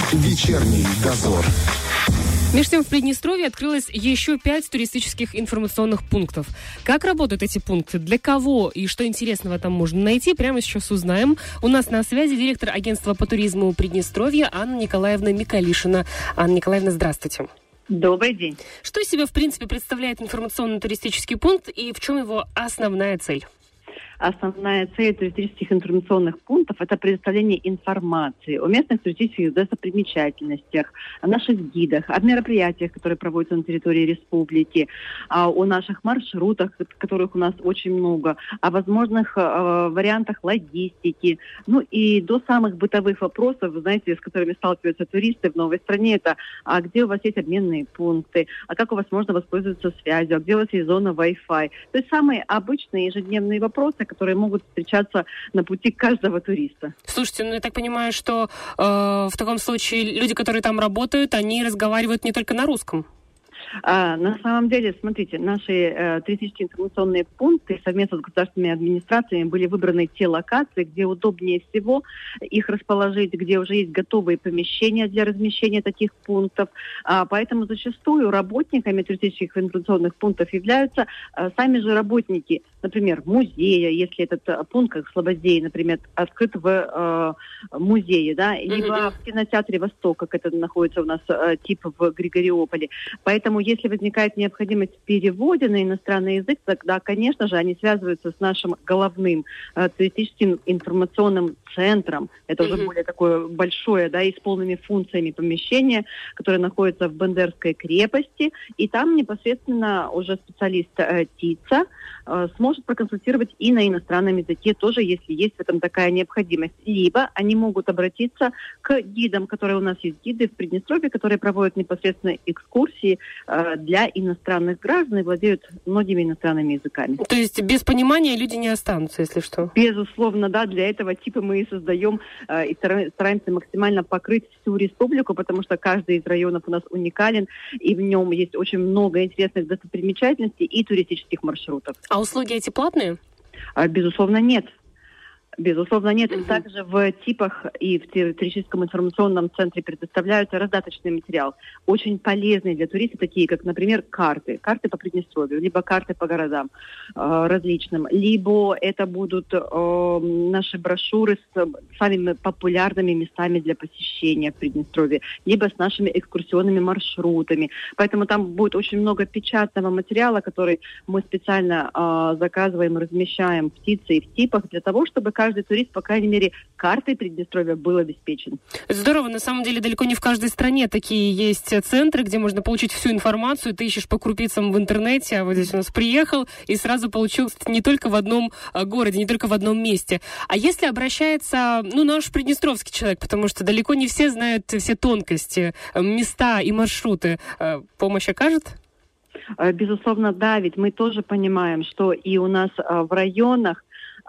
Вечерний дозор. Между тем в Приднестровье открылось еще 5 туристических информационных пунктов. Как работают эти пункты, для кого и что интересного там можно найти, прямо сейчас узнаем. У нас на связи директор агентства по туризму Приднестровья Анна Николаевна Микалишина. Анна Николаевна, здравствуйте. Добрый день. Что из себя, в принципе, представляет информационно-туристический пункт и в чем его основная цель? Основная цель туристических информационных пунктов – это предоставление информации о местных туристических достопримечательностях, о наших гидах, о мероприятиях, которые проводятся на территории республики, о наших маршрутах, которых у нас очень много, о возможных вариантах логистики, ну и до самых бытовых вопросов, вы знаете, с которыми сталкиваются туристы в новой стране. Это а где у вас есть обменные пункты, а как у вас можно воспользоваться связью, а где у вас есть зона Wi-Fi. То есть самые обычные ежедневные вопросы, которые могут встречаться на пути каждого туриста. Слушайте, ну я так понимаю, что в таком случае люди, которые там работают, они разговаривают не только на русском. На самом деле, смотрите, наши туристические информационные пункты совместно с государственными администрациями были выбраны те локации, где удобнее всего их расположить, где уже есть готовые помещения для размещения таких пунктов. Поэтому зачастую работниками туристических информационных пунктов являются сами же работники, например, музея, если этот пункт, как в Слободее, например, открыт в музее, да, либо в кинотеатре «Восток», как это находится у нас типа в Григориополе. Поэтому если возникает необходимость в переводе на иностранный язык, тогда, конечно же, они связываются с нашим головным туристическим информационным центром. Это уже более такое большое, да, и с полными функциями помещение, которое находится в Бендерской крепости. И там непосредственно уже специалист ТИЦа сможет проконсультировать и на иностранном языке тоже, если есть в этом такая необходимость. Либо они могут обратиться к гидам, которые у нас есть гиды в Приднестровье, которые проводят непосредственно экскурсии для иностранных граждан и владеют многими иностранными языками. То есть без понимания люди не останутся, если что? Безусловно, да. Для этого типа мы и создаем и стараемся максимально покрыть всю республику, потому что каждый из районов у нас уникален, и в нем есть очень много интересных достопримечательностей и туристических маршрутов. А услуги эти платные? Безусловно, нет. Безусловно, нет. Также в ТИПах и в туристическом информационном центре предоставляются раздаточный материал, очень полезный для туристов, такие как, например, карты по Приднестровью, либо карты по городам различным, либо это будут наши брошюры с самыми популярными местами для посещения в Приднестровье, либо с нашими экскурсионными маршрутами. Поэтому там будет очень много печатного материала, который мы специально заказываем и размещаем в ТИЦе и в ТИПах для того, чтобы каждый турист, по крайней мере, картой Приднестровья был обеспечен. Здорово. На самом деле, далеко не в каждой стране такие есть центры, где можно получить всю информацию. Ты ищешь по крупицам в интернете, а вот здесь у нас приехал и сразу получил, кстати, не только в одном городе, не только в одном месте. А если обращается, наш приднестровский человек, потому что далеко не все знают все тонкости, места и маршруты, помощь окажет? Безусловно, да, ведь мы тоже понимаем, что и у нас в районах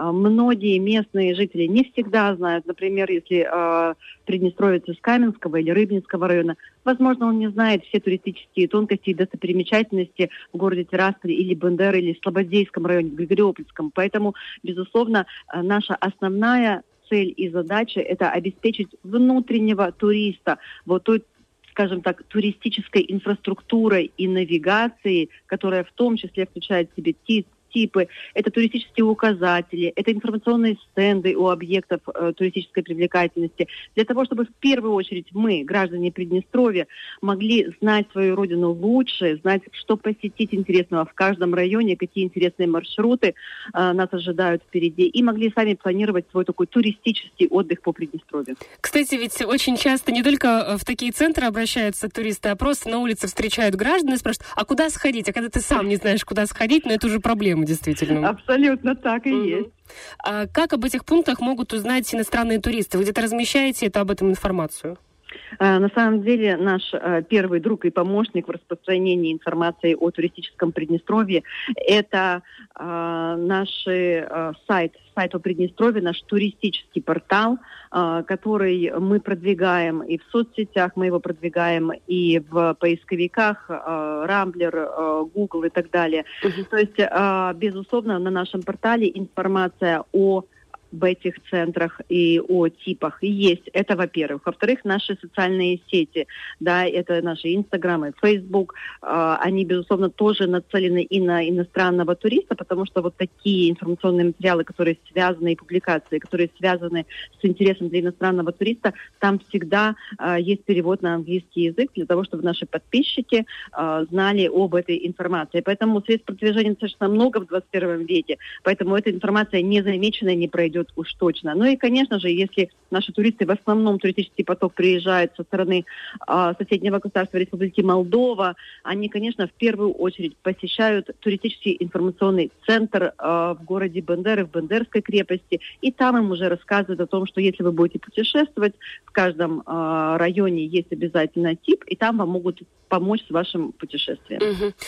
многие местные жители не всегда знают, например, если приднестровец из Каменского или Рыбинского района, возможно, он не знает все туристические тонкости и достопримечательности в городе Тирасполе или Бендер, или Слободейском районе, в Григориопольском. Поэтому, безусловно, наша основная цель и задача – это обеспечить внутреннего туриста вот той, скажем так, туристической инфраструктурой и навигацией, которая в том числе включает в себе ТИПы, это туристические указатели, это информационные стенды у объектов туристической привлекательности, для того, чтобы в первую очередь мы, граждане Приднестровья, могли знать свою родину лучше, знать, что посетить интересного в каждом районе, какие интересные маршруты нас ожидают впереди, и могли сами планировать свой такой туристический отдых по Приднестровью. Кстати, ведь очень часто не только в такие центры обращаются туристы, а просто на улице встречают граждан и спрашивают, а куда сходить? А когда ты сам не знаешь, куда сходить, это уже проблема. Действительно. Абсолютно так и есть. А как об этих пунктах могут узнать иностранные туристы? Вы где-то размещаете об этом информацию? На самом деле наш первый друг и помощник в распространении информации о туристическом Приднестровье – это наш сайт о Приднестровье, наш туристический портал, который мы продвигаем и в соцсетях, мы его продвигаем и в поисковиках, Рамблер, Google и так далее. То есть, безусловно, на нашем портале информация о об этих центрах и о типах есть. Это, во-первых. Во-вторых, наши социальные сети, да, это наши Инстаграм и Фейсбук, они, безусловно, тоже нацелены и на иностранного туриста, потому что вот такие информационные материалы, которые связаны, и публикации, которые связаны с интересом для иностранного туриста, там всегда есть перевод на английский язык для того, чтобы наши подписчики знали об этой информации. Поэтому средств продвижения достаточно много в 21 веке, поэтому эта информация незамеченная не пройдет уж точно. Ну и, конечно же, если наши туристы, в основном туристический поток приезжает со стороны соседнего государства Республики Молдова, они, конечно, в первую очередь посещают туристический информационный центр в городе Бендеры, в Бендерской крепости, и там им уже рассказывают о том, что если вы будете путешествовать, в каждом районе есть обязательно тип, и там вам могут помочь с вашим путешествием.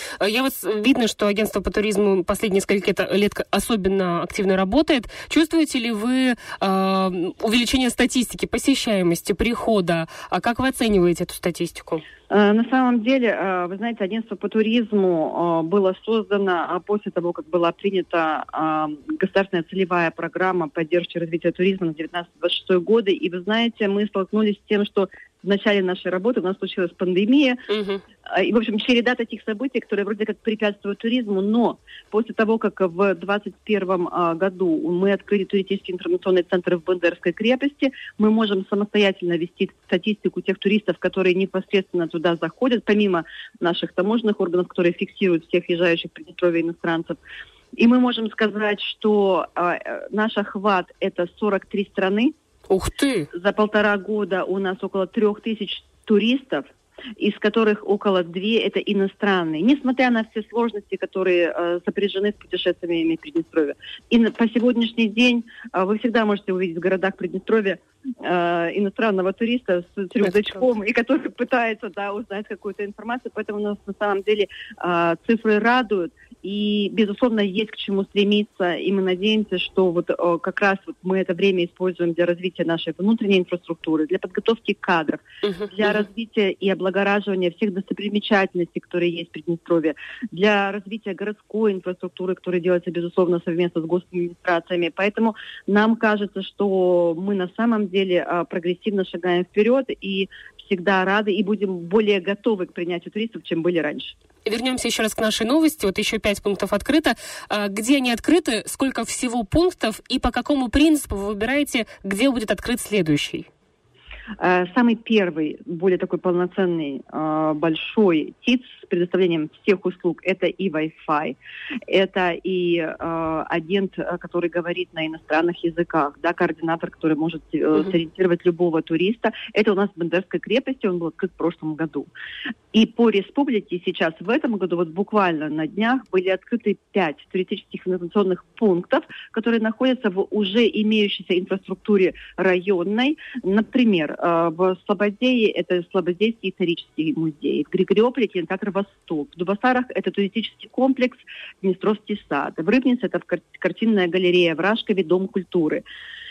Видно, что агентство по туризму последние несколько лет особенно активно работает. Чувствуете ли вы увеличение статистики, посещаемости, прихода? А как вы оцениваете эту статистику? На самом деле, вы знаете, агентство по туризму было создано после того, как была принята государственная целевая программа поддержки развития туризма на 19-26 годы. И вы знаете, мы столкнулись с тем, что в начале нашей работы у нас случилась пандемия. И, в общем, череда таких событий, которые вроде как препятствуют туризму. Но после того, как в 2021 году мы открыли туристический информационный центр в Бендерской крепости, мы можем самостоятельно вести статистику тех туристов, которые непосредственно туда заходят, помимо наших таможенных органов, которые фиксируют всех въезжающих в Приднестровье иностранцев. И мы можем сказать, что наш охват – это 43 страны. Ух ты! За 1,5 года у нас около 3000 туристов, из которых около 2 это иностранные, несмотря на все сложности, которые сопряжены с путешествиями в Приднестровье. И по сегодняшний день вы всегда можете увидеть в городах Приднестровья иностранного туриста с рюкзачком, и который пытается узнать какую-то информацию. Поэтому у нас на самом деле цифры радуют. И, безусловно, есть к чему стремиться. И мы надеемся, что как раз мы это время используем для развития нашей внутренней инфраструктуры, для подготовки кадров, для развития и облагораживания всех достопримечательностей, которые есть в Приднестровье, для развития городской инфраструктуры, которая делается, безусловно, совместно с госадминистрациями. Поэтому нам кажется, что мы на самом деле прогрессивно шагаем вперед и всегда рады и будем более готовы к принятию туристов, чем были раньше. Вернемся еще раз к нашей новости. Вот еще 5 пунктов открыто. Где они открыты, сколько всего пунктов и по какому принципу вы выбираете, где будет открыт следующий? Самый первый, более такой полноценный, большой ТИЦ с предоставлением всех услуг, это и Wi-Fi, это и агент, который говорит на иностранных языках, координатор, который может сориентировать любого туриста. Это у нас в Бендерской крепости, он был открыт в прошлом году. И по республике сейчас, в этом году, буквально на днях, были открыты 5 туристических информационных пунктов, которые находятся в уже имеющейся инфраструктуре районной. Например, в Слободее это Слободейский исторический музей, в Григориополе кинотеатр «Восток», в Дубасарах это туристический комплекс Днестровский сад, в Рыбнице это картинная галерея, в Рашкове дом культуры.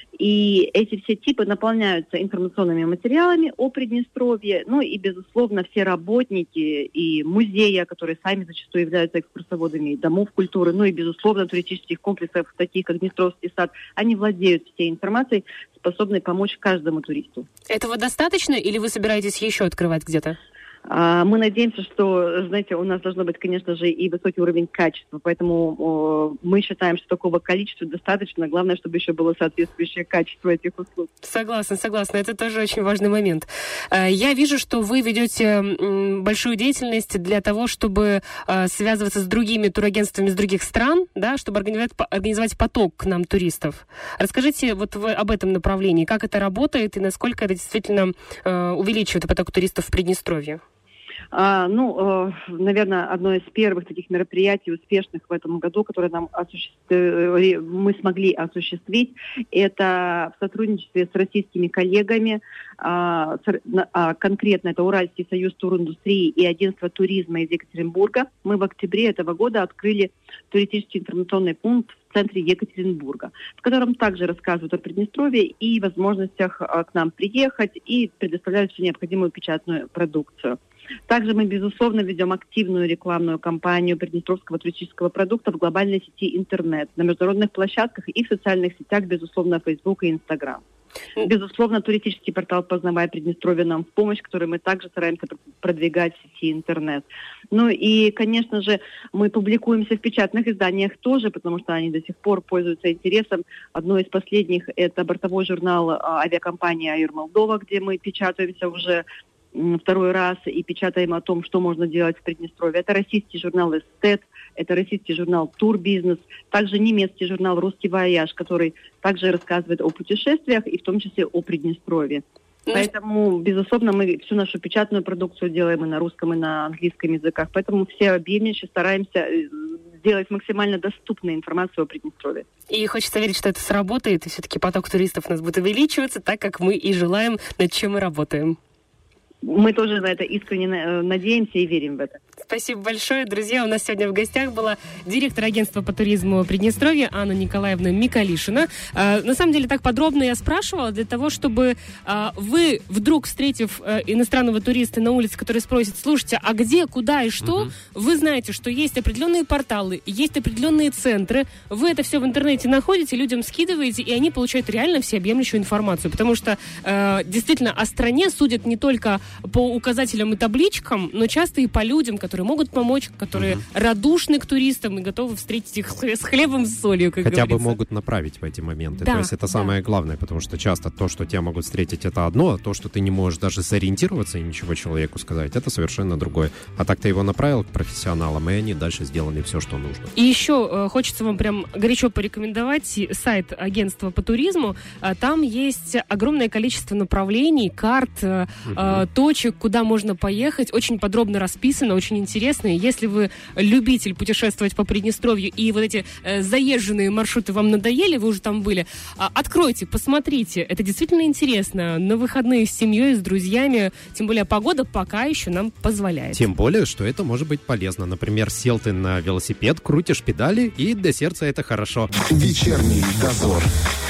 И эти все типы наполняются информационными материалами о Приднестровье, и, безусловно, все работники и музея, которые сами зачастую являются экскурсоводами домов культуры, и, безусловно, туристических комплексов, таких как Днестровский сад, они владеют всей информацией, способной помочь каждому туристу. Этого достаточно или вы собираетесь еще открывать где-то? Мы надеемся, что, знаете, у нас должно быть, конечно же, и высокий уровень качества, поэтому мы считаем, что такого количества достаточно. Главное, чтобы еще было соответствующее качество этих услуг. Согласна. Это тоже очень важный момент. Я вижу, что вы ведете большую деятельность для того, чтобы связываться с другими турагентствами из других стран, чтобы организовать поток к нам туристов. Расскажите вы об этом направлении, как это работает и насколько это действительно увеличивает поток туристов в Приднестровье. Наверное, одно из первых таких мероприятий успешных в этом году, которое мы смогли осуществить, это в сотрудничестве с российскими коллегами, конкретно это Уральский союз туриндустрии и агентство туризма из Екатеринбурга. Мы в октябре этого года открыли туристический информационный пункт в центре Екатеринбурга, в котором также рассказывают о Приднестровье и возможностях к нам приехать и предоставляют всю необходимую печатную продукцию. Также мы, безусловно, ведем активную рекламную кампанию приднестровского туристического продукта в глобальной сети интернет, на международных площадках и в социальных сетях, безусловно, Facebook и Instagram. Безусловно, туристический портал «Познавай Приднестровье» нам в помощь, который мы также стараемся продвигать в сети интернет. Ну и, конечно же, мы публикуемся в печатных изданиях тоже, потому что они до сих пор пользуются интересом. Одно из последних – это бортовой журнал авиакомпании «Аир Молдова», где мы печатаемся уже второй раз и печатаем о том, что можно делать в Приднестровье. Это российский журнал «Эстет», это российский журнал «Турбизнес», также немецкий журнал «Русский вояж», который также рассказывает о путешествиях и в том числе о Приднестровье. Поэтому, безусловно, мы всю нашу печатную продукцию делаем и на русском, и на английском языках. Поэтому все объемнейше стараемся сделать максимально доступную информацию о Приднестровье. И хочется верить, что это сработает, и все-таки поток туристов у нас будет увеличиваться, так как мы и желаем, над чем мы работаем. Мы тоже на это искренне надеемся и верим в это. Спасибо большое, друзья. У нас сегодня в гостях была директор агентства по туризму Приднестровья Анна Николаевна Микалишина. На самом деле, так подробно я спрашивала для того, чтобы вы, вдруг встретив иностранного туриста на улице, который спросит: слушайте, а где, куда и что, вы знаете, что есть определенные порталы, есть определенные центры, вы это все в интернете находите, людям скидываете, и они получают реально всеобъемлющую информацию. Потому что действительно о стране судят не только по указателям и табличкам, но часто и по людям, которые могут помочь, которые радушны к туристам и готовы встретить их с хлебом, с солью, как хотя говорится. бы могут направить в эти моменты. Да, то есть это самое главное, потому что часто то, что тебя могут встретить, это одно, а то, что ты не можешь даже сориентироваться и ничего человеку сказать, это совершенно другое. А так ты его направил к профессионалам, и они дальше сделали все, что нужно. И еще хочется вам прям горячо порекомендовать сайт агентства по туризму. Там есть огромное количество направлений, карт, точек, куда можно поехать. Очень подробно расписано, очень интересно. И если вы любитель путешествовать по Приднестровью и вот эти заезженные маршруты вам надоели, вы уже там были, откройте, посмотрите. Это действительно интересно. На выходные с семьей, с друзьями. Тем более погода пока еще нам позволяет. Тем более, что это может быть полезно. Например, сел ты на велосипед, крутишь педали, и для сердца это хорошо. Вечерний дозор.